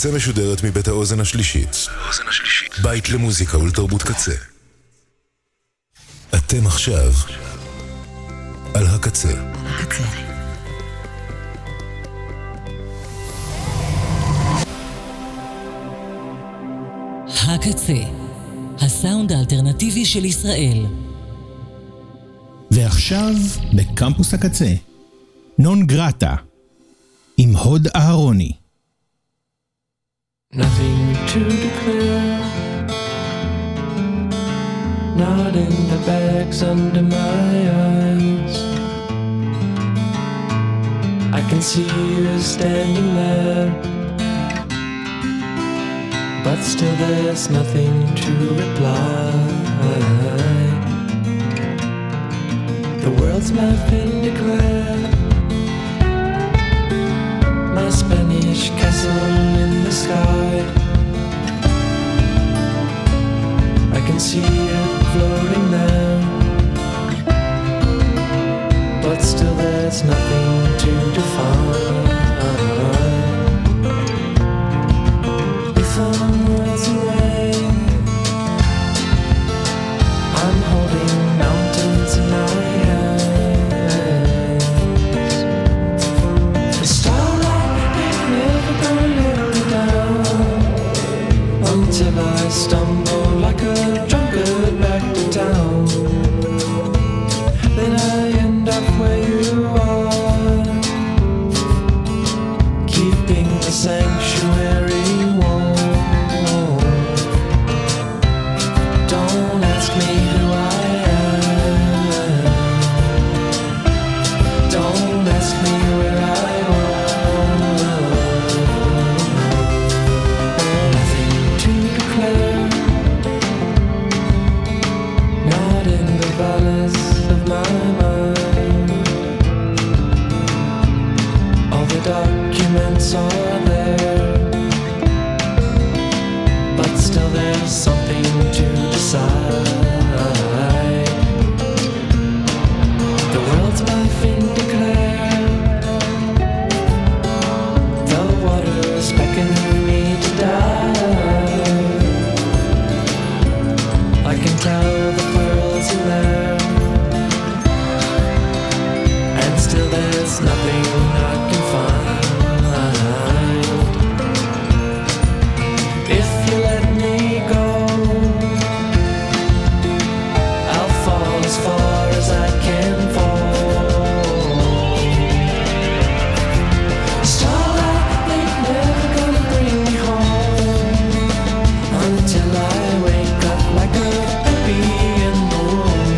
הקצה משודרת מבית האוזן השלישית. בית למוזיקה ולתרבות קצה. אתם עכשיו על הקצה. הקצה, הסאונד האלטרנטיבי של ישראל. ועכשיו בקמפוס הקצה, נון גרטה, עם הוד אהרוני. Nothing to declare, not in the bags under my eyes. I can see you standing there, but still there's nothing to reply. The world's map been declared, my Spanish castle in the sky. I can see it floating there, but still there's nothing to define. If I'm worlds away, I'm holding mountains in my hands. The starlight ain't never gonna let me down, until I stumble like a drunkard back to town. Then I end up where you are, keeping the sanctuary warm. Don't ask me who I am, don't ask me where I was. Nothing to declare, not in the valleys of my mind. All the documents are there, but still there's something to decide. The world's my fin declared, the water's beckoning me to die. I can tell the pearls in there, and still there's nothing I can find. If you let me go, I'll fall as far as I can fall. Starlight ain't never gonna bring me home, until I wake up like a baby in the womb.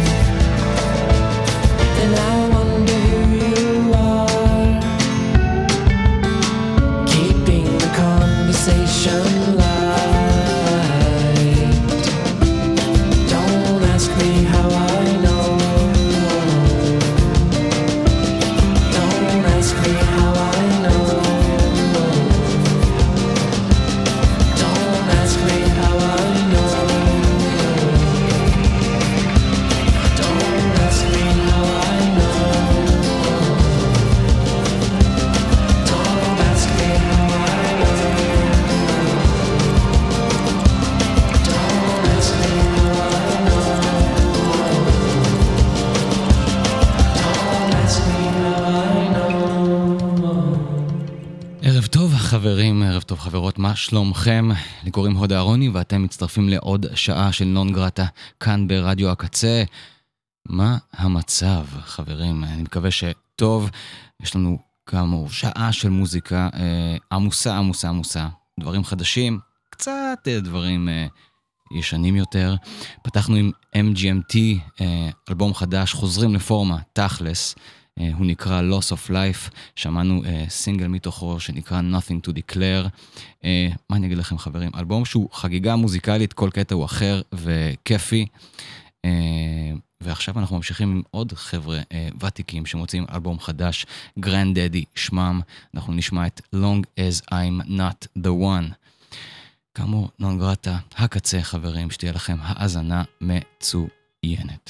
Then I wonder who you are, keeping the conversation light. Don't ask me how I know, don't ask me how I know, don't ask me how I know, don't ask me how I know, don't ask me how I know, don't ask me how I know, don't ask me how I know. ערב טוב חברים, ערב טוב חברות, מה שלומכם? לי קוראים הוד אהרוני ואתם מצטרפים לעוד שעה של נון גרטה כאן ברדיו הקצה. מה המצב חברים? אני מקווה שטוב. יש לנו כאמור שעה של מוזיקה עמוסה, דברים חדשים, קצת דברים ישנים יותר. פתחנו עם MGMT, אלבום חדש, חוזרים לפורמה, תכלס. הוא נקרא Loss of Life, שמענו סינגל מתוכו שנקרא Nothing to Declare. מה אני אגיד לכם חברים? אלבום שהוא חגיגה מוזיקלית, כל קטע הוא אחר וכיפי. ועכשיו אנחנו ממשיכים עם עוד חבר'ה ותיקים שמוצאים אלבום חדש, Granddaddy שמם. אנחנו נשמע את Long as I'm Not the One. כאמור, נון גרטה, הקצה חברים, שתהיה לכם האזנה מצוינת.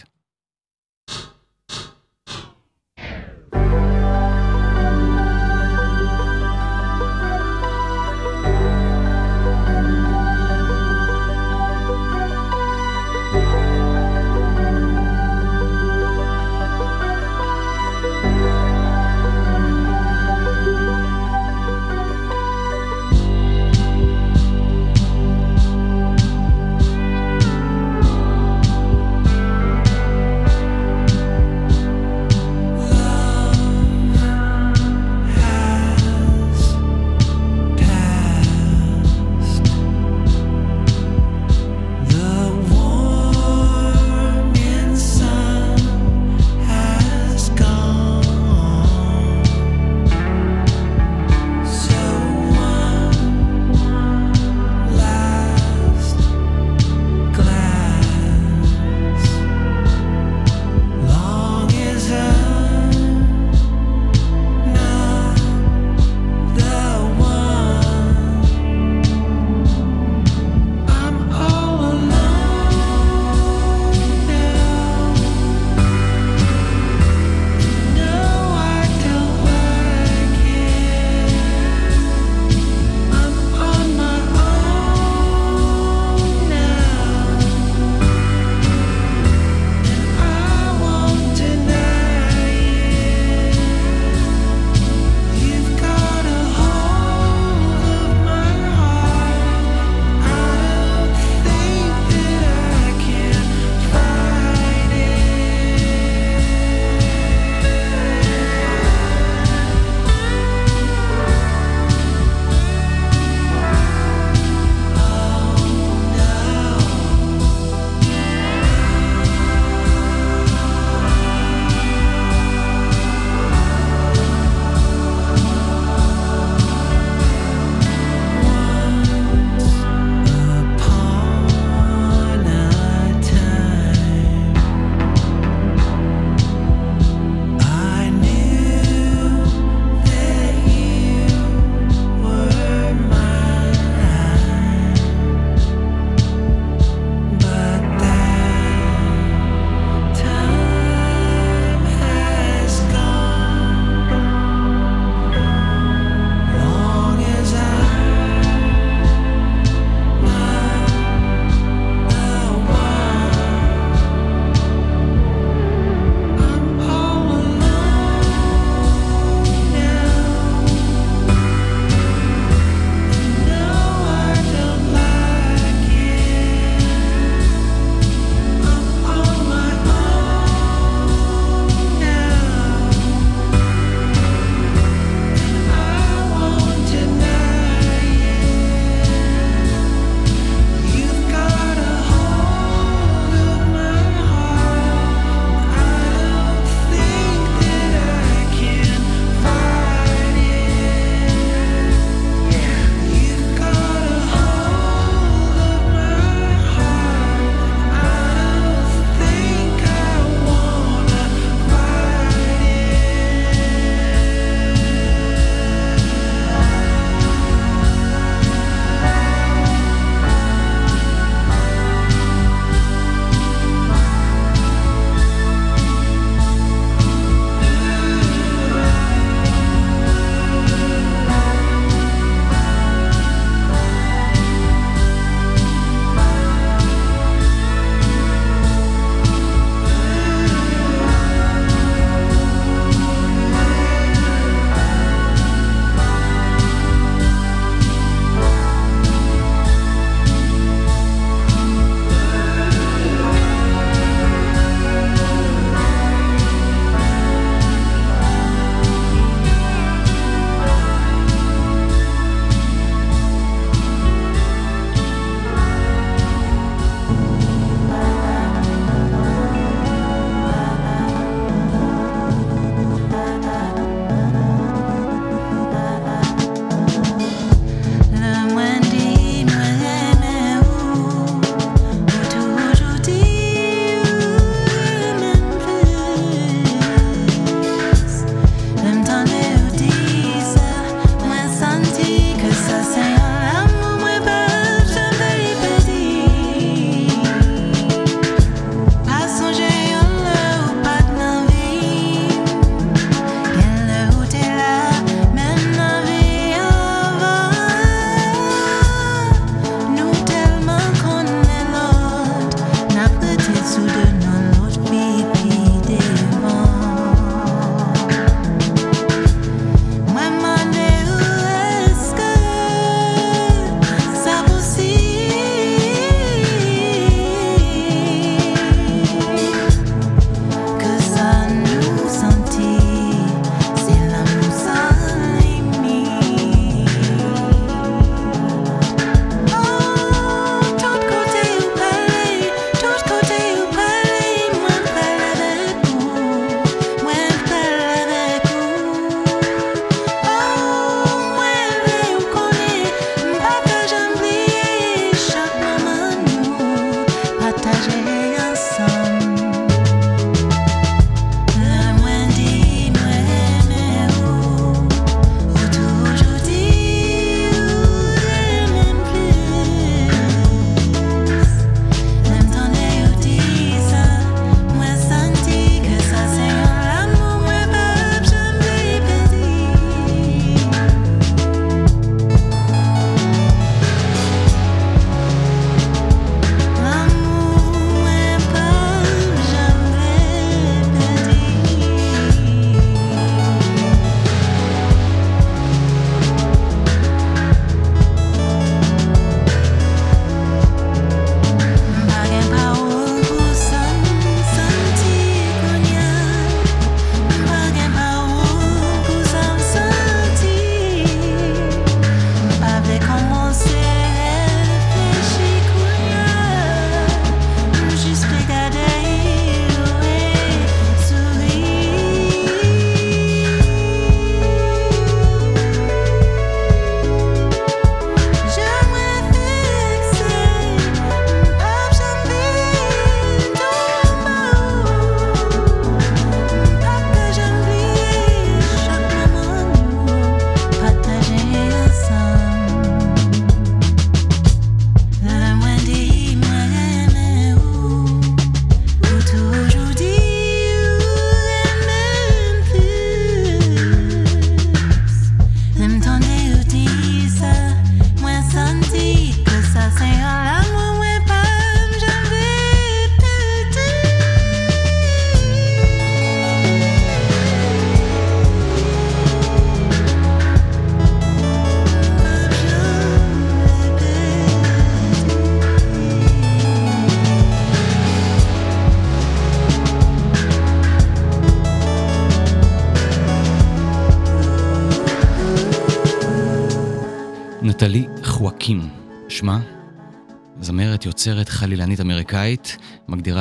נטלי חואקים, שמה? זמרת, יוצרת, חלילנית אמריקאית, מגדירה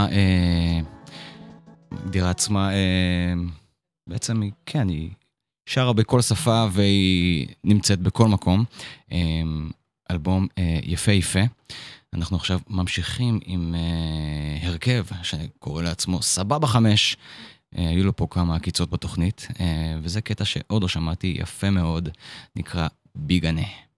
עצמה, בעצם היא שרה בכל שפה והיא נמצאת בכל מקום. אלבום יפה יפה. אנחנו עכשיו ממשיכים עם הרכב שקורא לעצמו סבבה 5. היו לו פה כמה קיצות בתוכנית, וזה קטע שעוד לא שמעתי, יפה מאוד, נקרא ביגנה.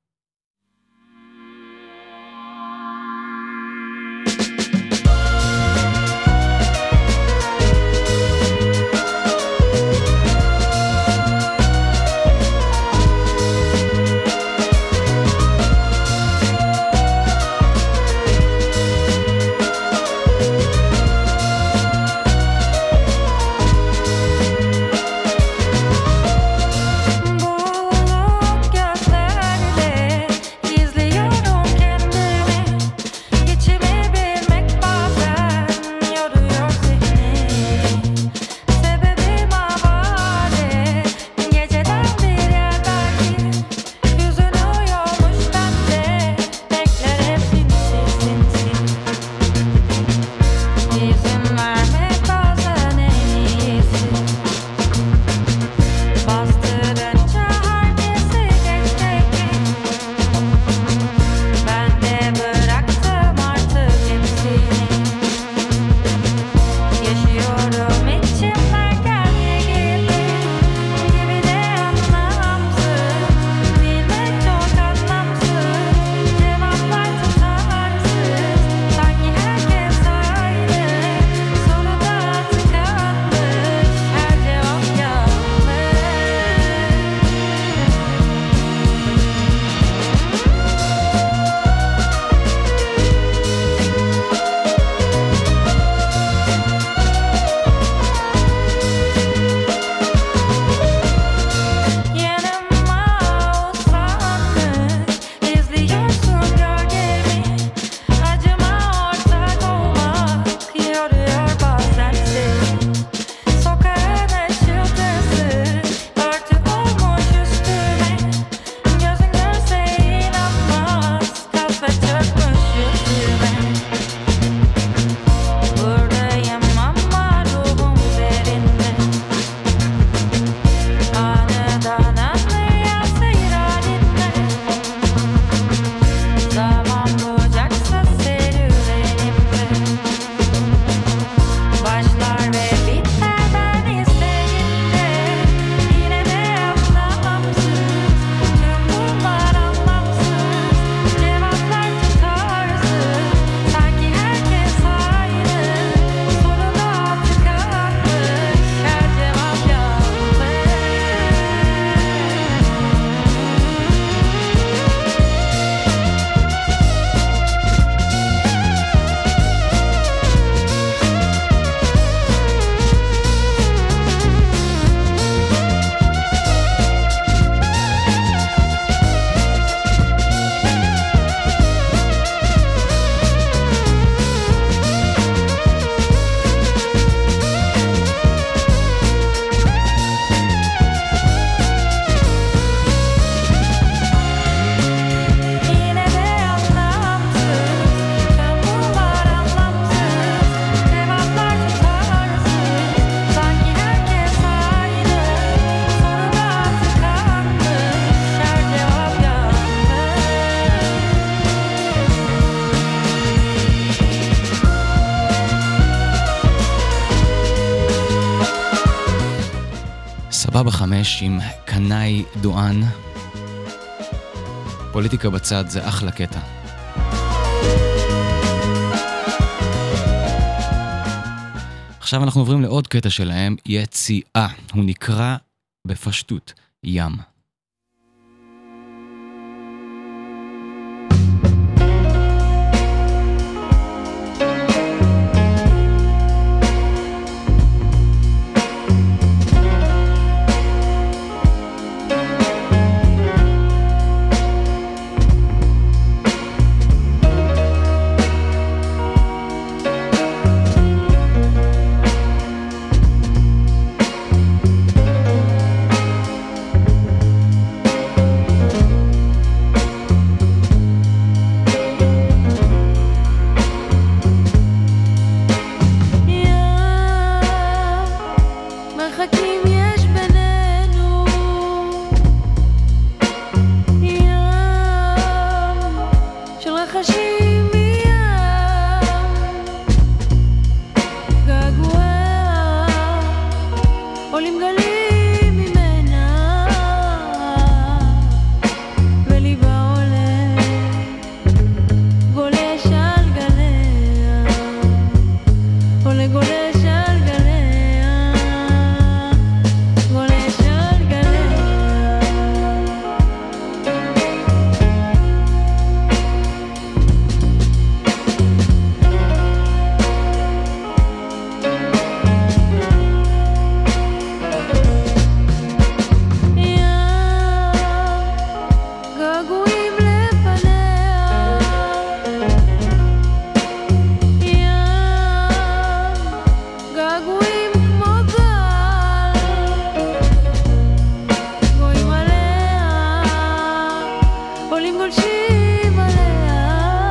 סבבה 5 עם קנאי דואן. פוליטיקה בצד, זה אחלה קטע. עכשיו אנחנו עוברים לעוד קטע שלהם, יציאה. הוא נקרא בפשטות ים. גולשים עליה,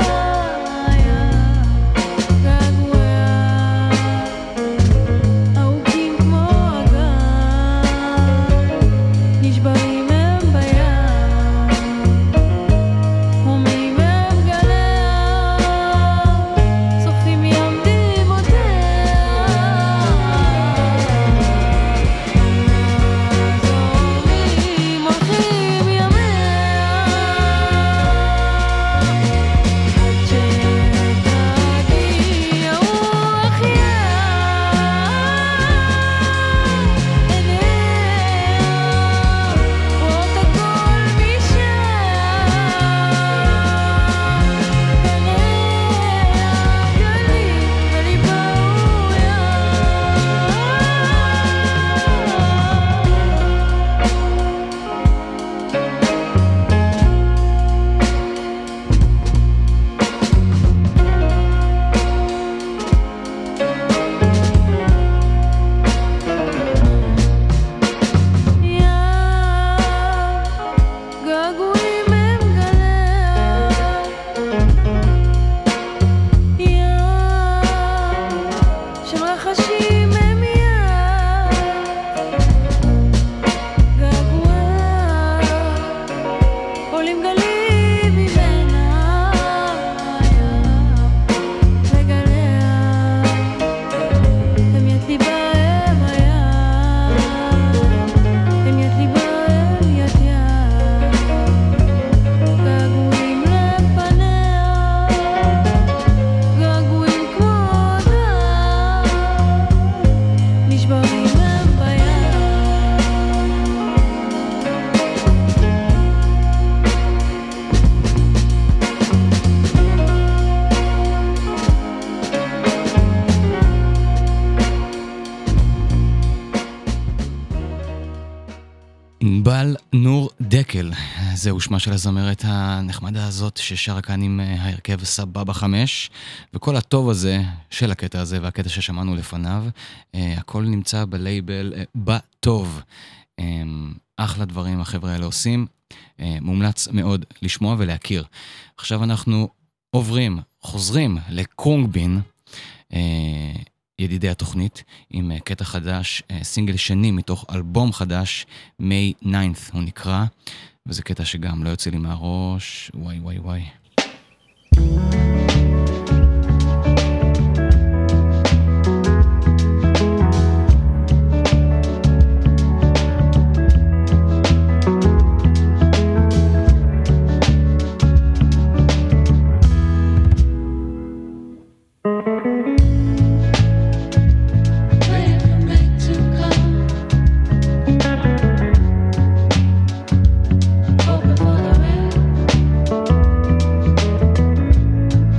געגועיה, ארוכים כמו אגן, נשברים הם בים, הומים הם גליה, צוחפים ים דמעותיה, זורמים הולכים ימיה, עד שתגיע רוח עיניה, רואות הכל משם, פניה גלים וליבה געגועים הם גליה, של רחשים הם געגועיה, עולים גלים ממנה וגליה, הם יד ליבה הם הים, הם יד ליבה הם יד ים, געגועים לפניה, געגועים כמו אדם, נשברים הם בים. ענבל נור דקל, זהו שמה של הזמרת הנחמדה הזאת ששרה כאן עם ההרכב סבבה 5, וכל הטוב הזה של הקטע הזה והקטע ששמענו לפניו, הכל נמצא בלייבל בטוב. אחלה דברים החבר'ה האלה עושים, מומלץ מאוד לשמוע ולהכיר. עכשיו אנחנו חוזרים לקונגבין, ידידי התוכנית, עם קטע חדש, סינגל שני מתוך אלבום חדש, May 9th הוא נקרא, וזה קטע שגם לא יוצא לי מהראש, וואי וואי וואי. Open for the rain.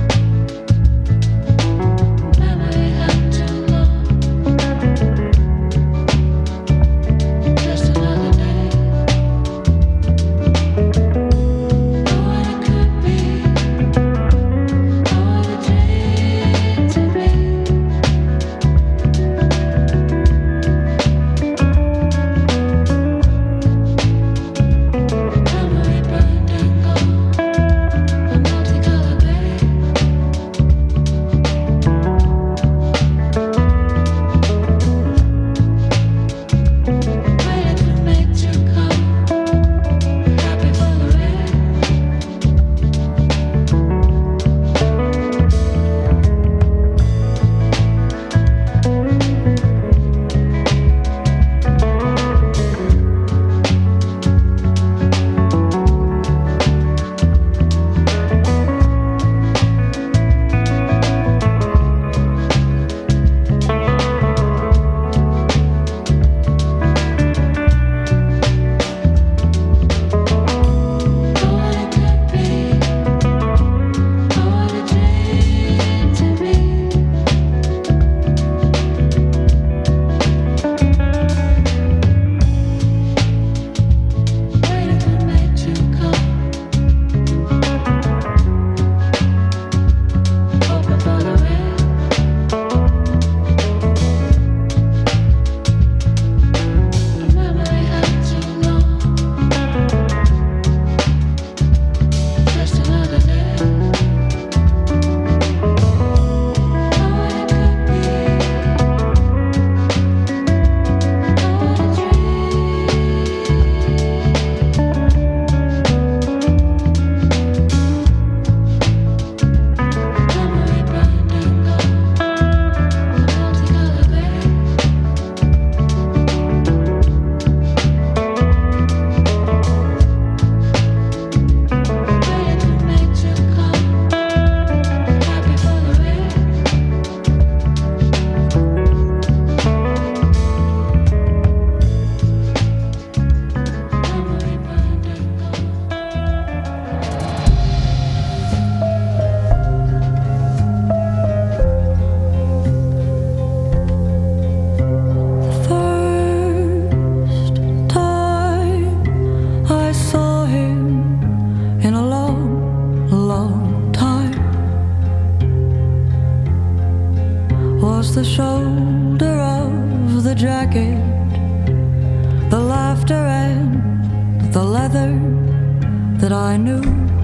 weather that I knew.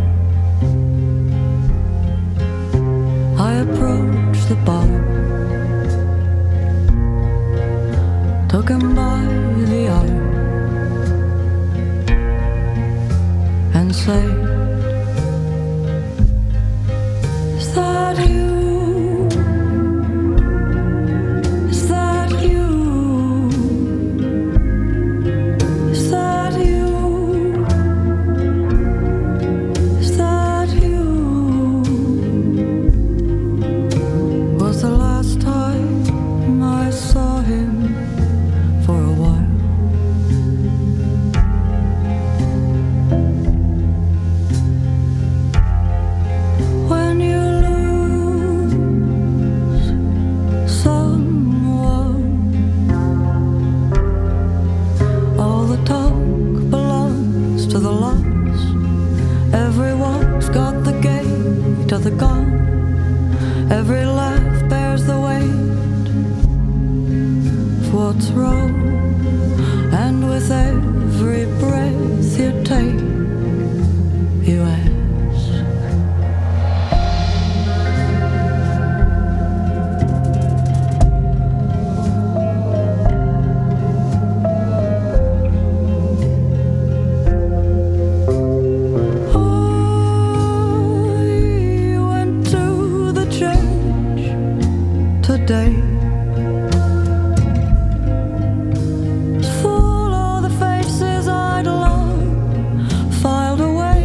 I approached the bar, took him by the arm, and said, "Is that you? Is that you? Is that you? Is that you?" Was the last time I saw him for a while. When you lose someone, all the talk belongs to the loss. Everyone's got the gate of the gun. Every laugh bears the weight of what's wrong. And with every breath you take, you ask, I went to the church today. Full of the faces I'd long filed away,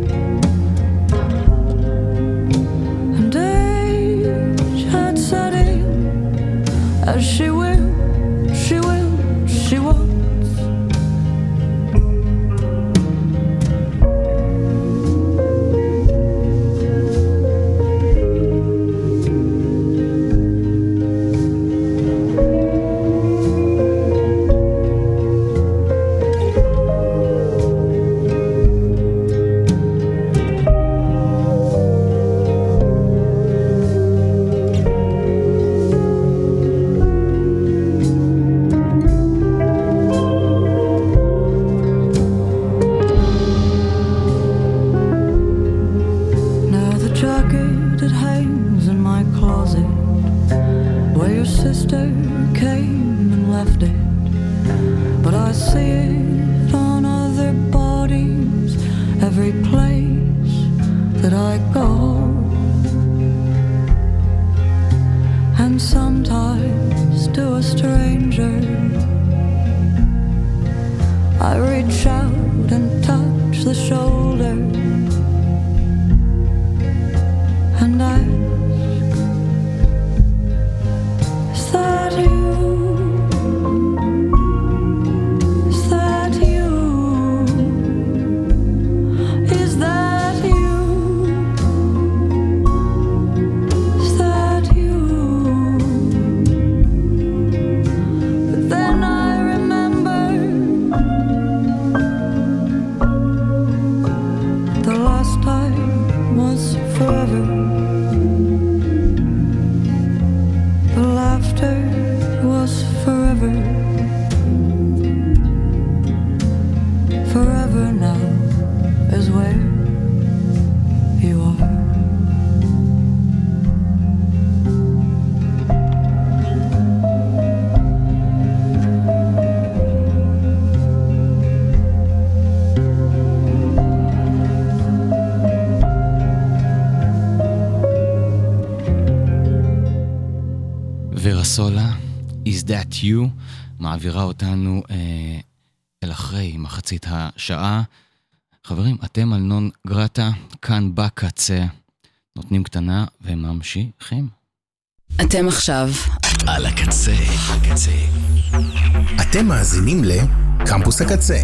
and age had set in, as she will, she wants. Now the jacket, it hangs in my closet, where your sister came and left it. But I see it on other bodies, every place that I go. And sometimes to a stranger I reach out and touch the shoulder and ask, "Is that you? Is that you? Is that you? Is that you?" But then I remember the last time was forever. The laughter was forever. Forever now is where you are. ורסולה, Is That You, מעבירה אותנו אל אחרי מחצית השעה. חברים, אתם על נון גרטה, כאן בקצה, נותנים קטנה וממשיכים. אתם עכשיו על הקצה. אתם מאזינים לקמפוס הקצה.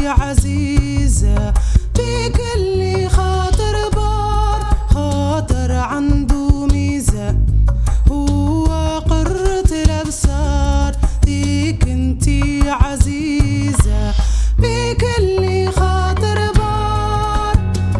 عزيزة بكل خاطر بار خاطر عنده ميزة هو قرة الأبصار فيك انتي عزيزة بكل خاطر بار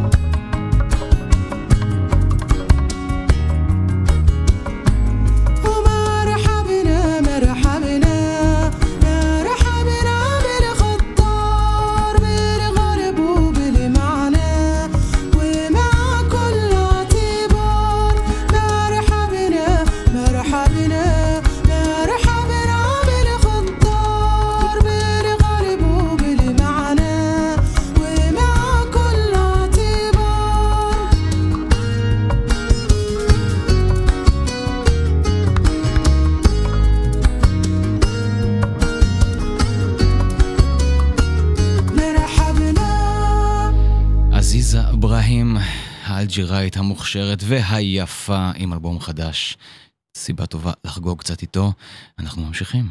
ومرحبنا مرحبنا مرحبنا بالخطار بالغرب وبالمعنى ومع كل اعتبار مرحبنا مرحبنا مرحبنا بالخطار بالغرب وبالمعنى ومع كل اعتبار مرحبنا עזיזה אברהים, האלג'יראית המוכשרת והיפה עם אלבום חדש. סיבה טובה לחגוג קצת איתו. אנחנו ממשיכים.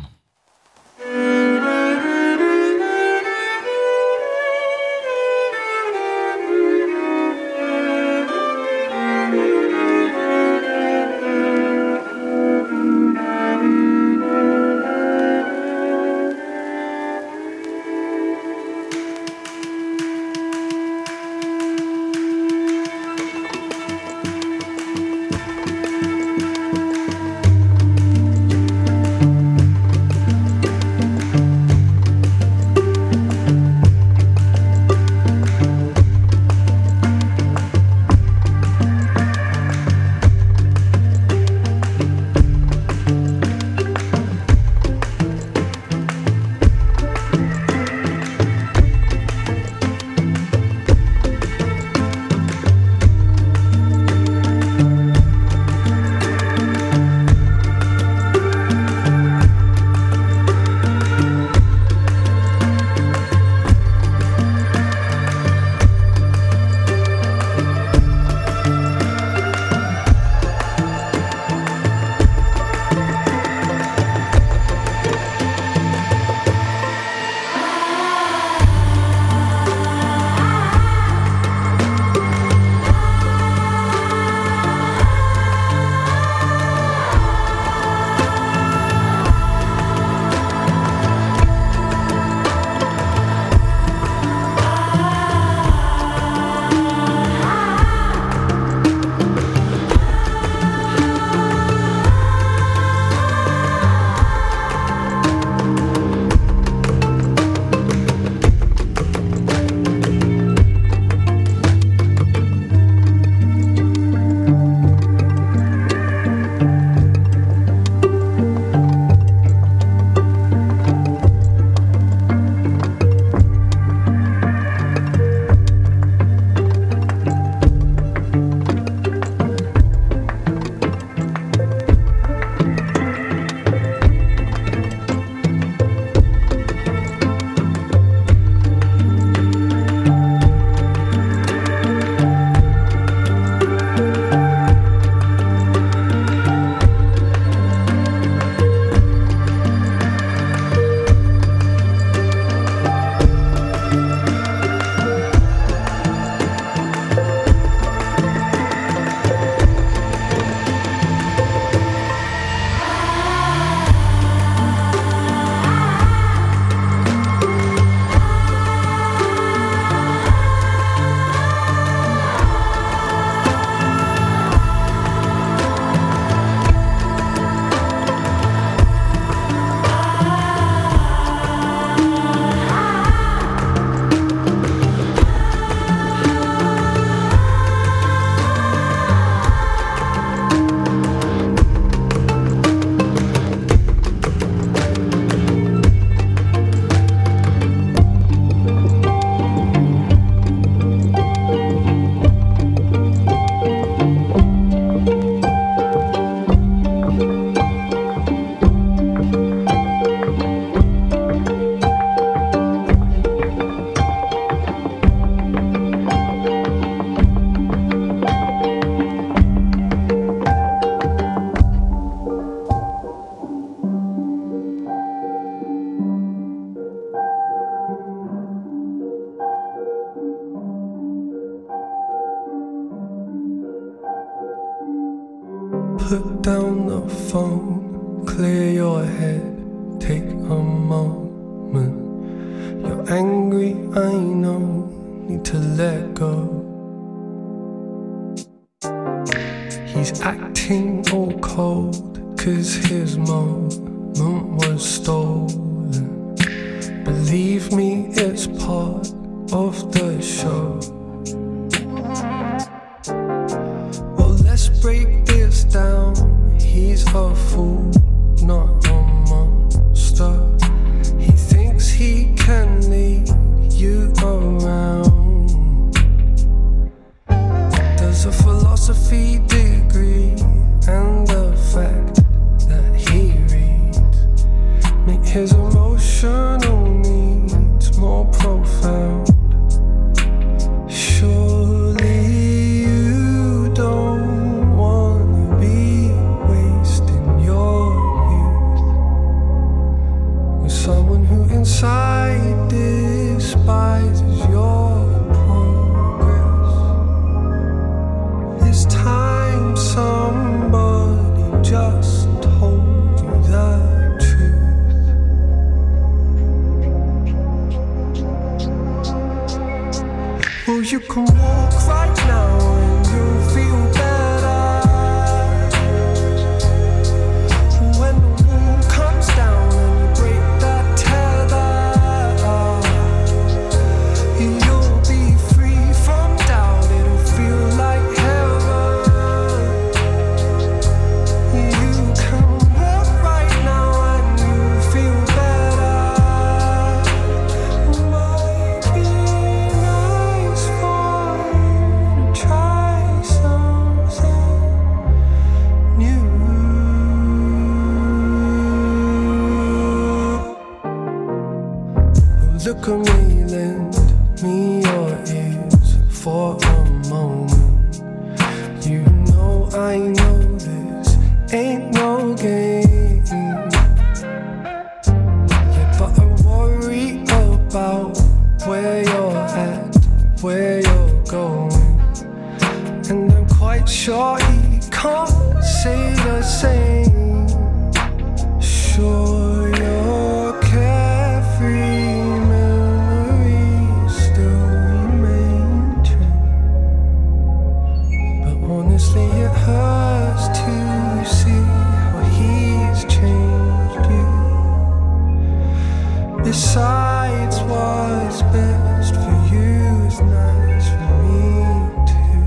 down the phone, clear your head, take a moment. You're angry, I know, need to let go. He's acting all cold, 'cause his moment was stolen. Believe me, it's part of the show. Well, let's break this down. He's a fool, not a monster. He thinks he can lead you around. There's a philosophy degree, and the fact that he reads make his emotional needs more profound. Surely you don't wanna be wasting your youth with someone who inside despises your progress. It's time somebody just told you the truth. Well, you can walk right now and you'll feel better. When the wall comes down and you break that tether, you'll be free from doubt. It'll feel like heaven. You can walk right now and you'll feel better. Might be nice for you to try something new. Look at me, lend me your ears for a moment. You know I know this ain't no game. Yeah, but I worry about where you're at, where you're going. And I'm quite sure he can't say the same. Sure, your carefree memories still remain true. But honestly, it hurts to see how he's changed you. Besides, what's best for you is nice for me too.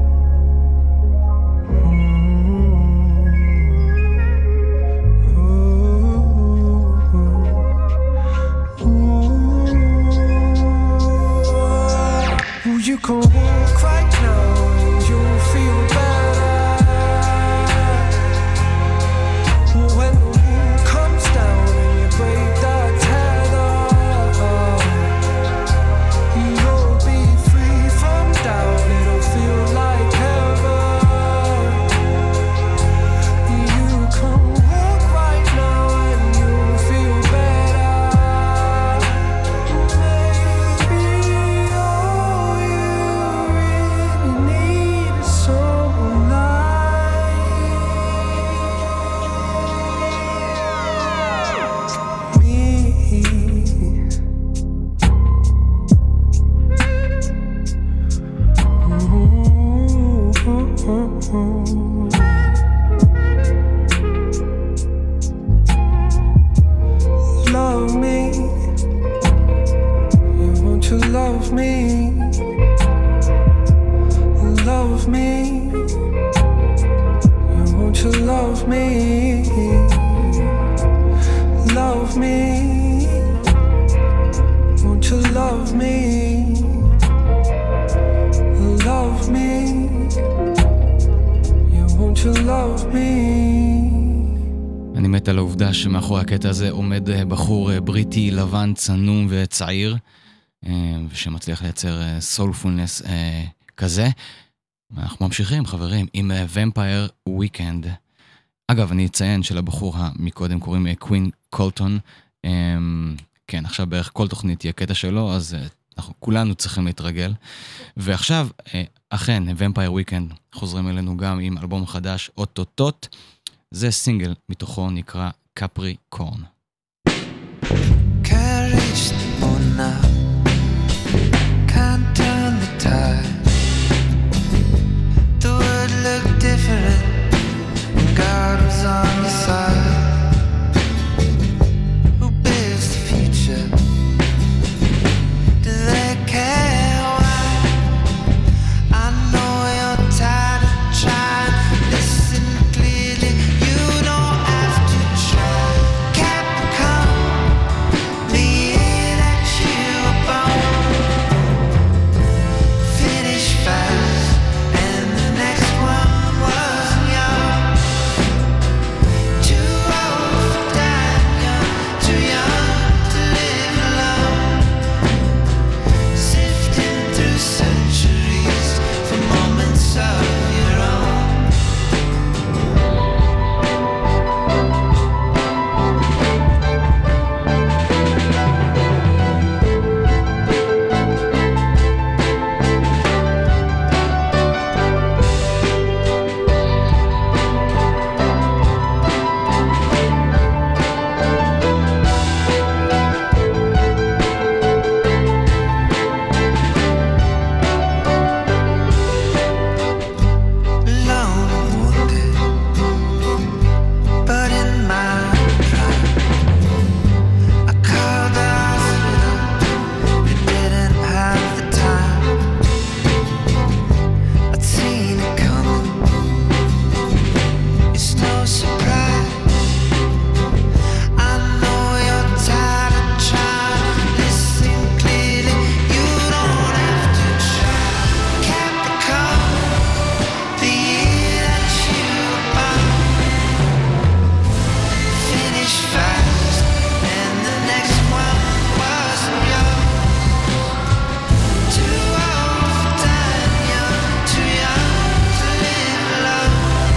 Ooh, you can walk right now and you'll feel better. When the wall comes down and you break that tether, you'll be free from doubt. It'll feel like heaven. You can walk right now and you'll feel better. Maybe all you really need is someone like me. Love me, you want to love me, love me, you want to love me, love me, won't you love me, love me, you want to love me. אני מת על העובדה שמאחורי הקטע הזה עומד בחור בריטי לבן צנום וצעיר, ושמצליח לייצר סולפולנס כזה. אנחנו ממשיכים, חברים, עם Vampire Weekend. אגב, אני אציין שלבחור מקודם קוראים קווין קולטון. כן, עכשיו בערך כל תוכנית תהיה קטע שלו, אז אנחנו כולנו צריכים להתרגל. ועכשיו, אכן, Vampire Weekend חוזרים אלינו גם עם אלבום חדש, אוטוטוט. זה סינגל מתוכו נקרא קפרי קורן. Can't reach the moon now. Can't turn the tide. The world looked different when God was on your side. Who builds the future? Do they care why? I know you're tired of trying. Listen clearly, you don't have to try. Capcom, the year that you were born. Finish fast, and the next one wasn't yours. Too old for dying young, too young to live alone. Sifting through centuries for moments of your own. Alone and wounded, but in my pride, I called the hospital. We didn't have the time. I'd seen it coming. It's no surprise. I know you're tired of trying. Listen clearly, you don't have to try. Capricorn, the year that you were born. Finish fast, and the next one wasn't yours. Too old for dying young, too young to live alone.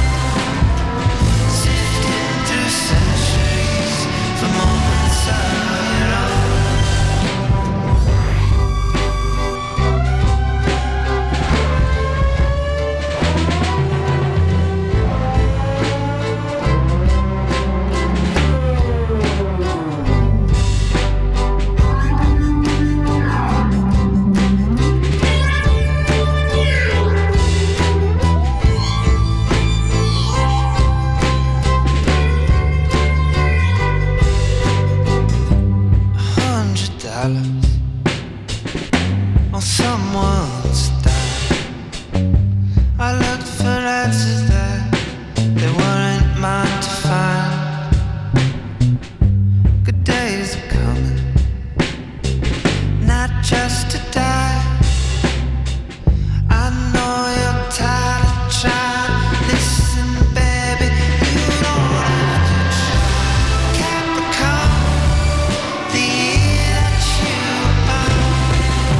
Sifting through centuries for moments of your own. $100 on someone's dime. I looked for answers that they weren't mine to find. Good days are coming, not just to die. I know you're tired of trying. Listen, baby, you don't have to try. Capricorn, the year that you were born.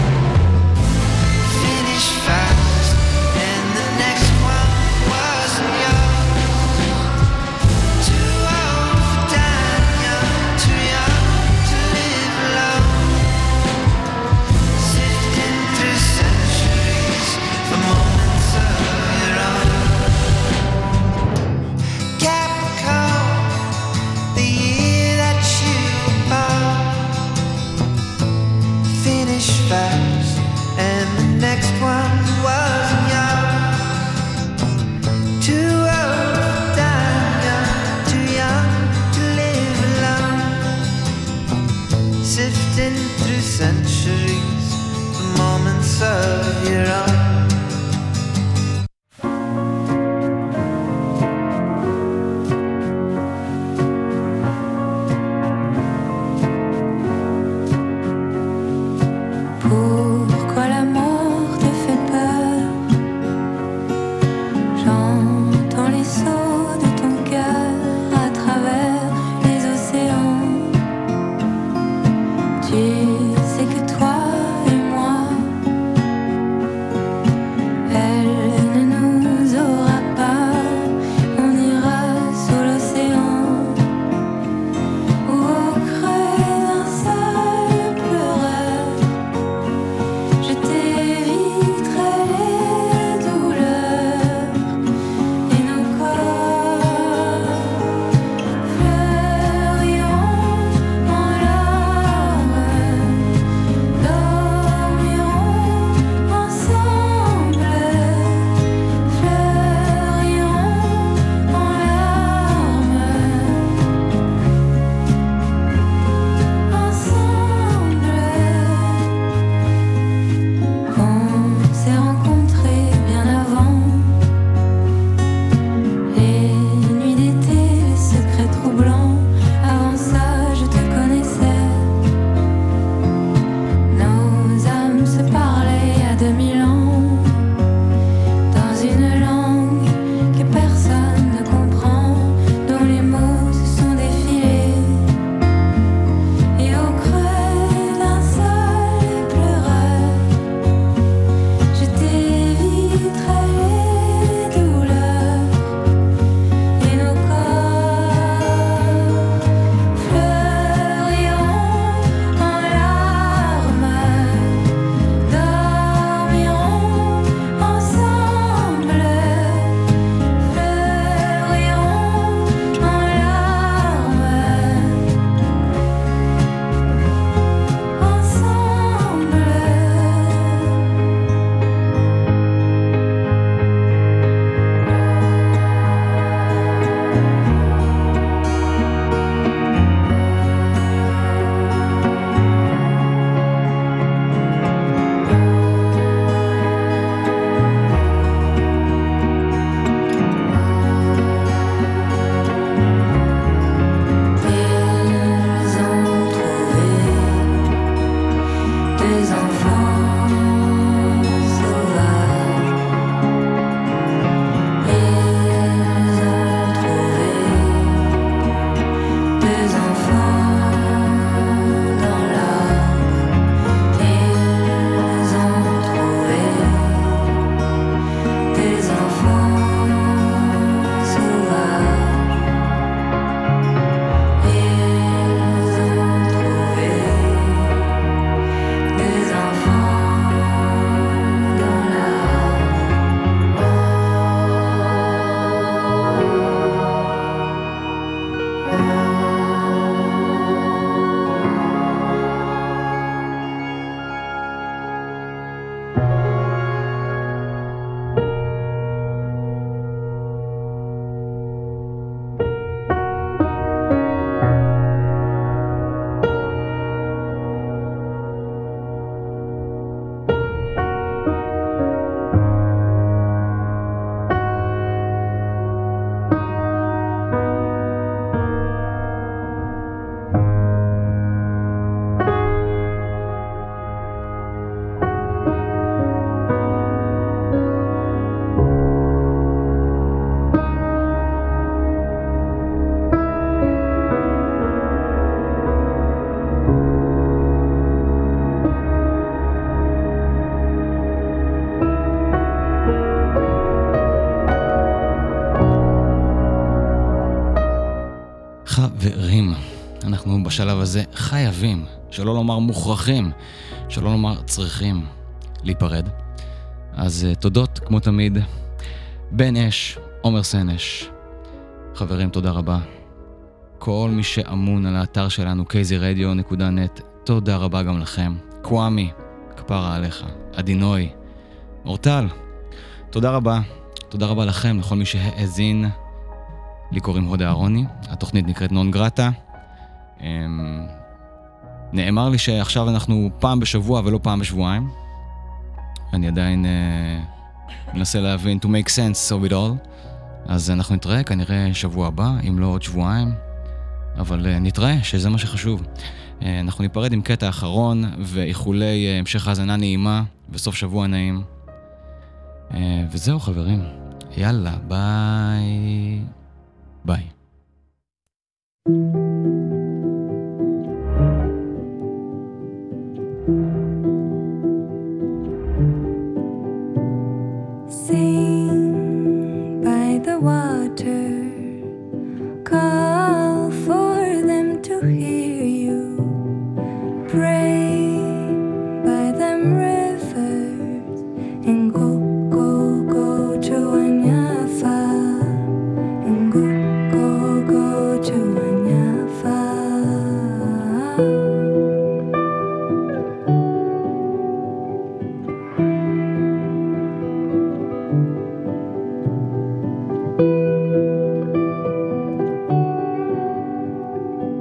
Finish fast, and the next one wasn't yours. Too old for dying young, too young to live alone. Sifting through centuries for moments of your own. Capricorn, the year that you were born. Finish fast, and the next one wasn't yours. Too old for dying young, too young to live alone. Sifting through centuries for moments of your own. Pourquoi la mort te fait peur? J'entends les sauts de ton cœur à travers les océans. Tu sais que toi et moi, אנחנו בשלב הזה חייבים, שלא לומר מוכרחים, שלא לומר צריכים להיפרד. אז תודות כמו תמיד, בן אש, עומר סנש. חברים, תודה רבה. כל מי שאמון על האתר שלנו, kzradio.net, תודה רבה גם לכם. קוואמי, כפרה עליך. עדינוי, אורטל, תודה רבה. תודה רבה לכם, לכל מי שהאזין. לי קוראים הודה אהרוני, התוכנית נקראת נון גרטה. נאמר לי שעכשיו אנחנו פעם בשבוע ולא פעם בשבועיים. אני עדיין מנסה להבין to make sense of it all. אז אנחנו נתראה כנראה שבוע הבא, אם לא עוד שבועיים. אבל נתראה, שזה מה שחשוב. אנחנו ניפרד עם קטע אחרון ואיחולי המשך האזנה נעימה וסוף שבוע נעים. וזהו חברים, יאללה, ביי. ביי. Sing by the water, call for them to hear you. Pray by them rivers, and go to Anyafa, and go to Anyafa.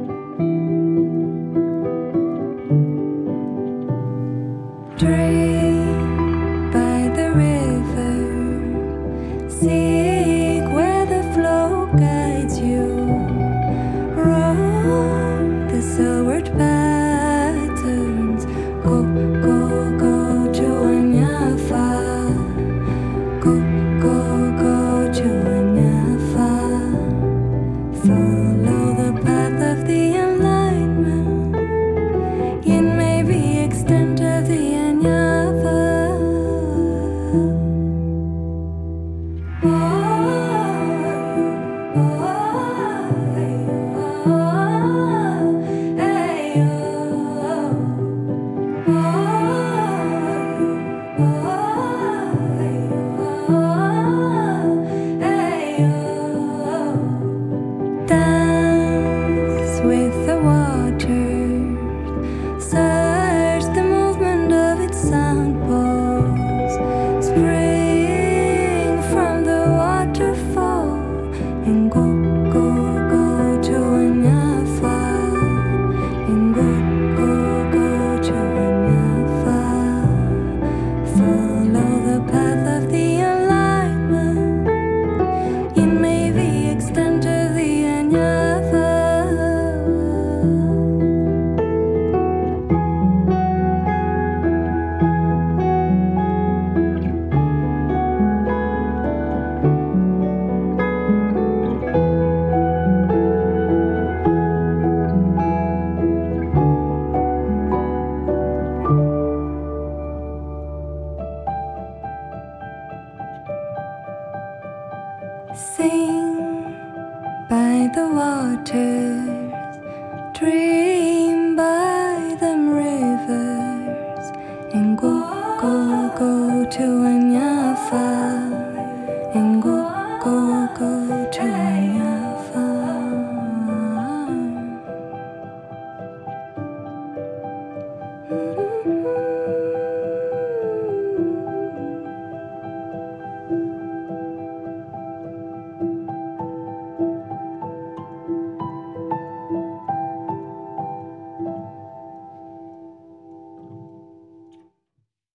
Dream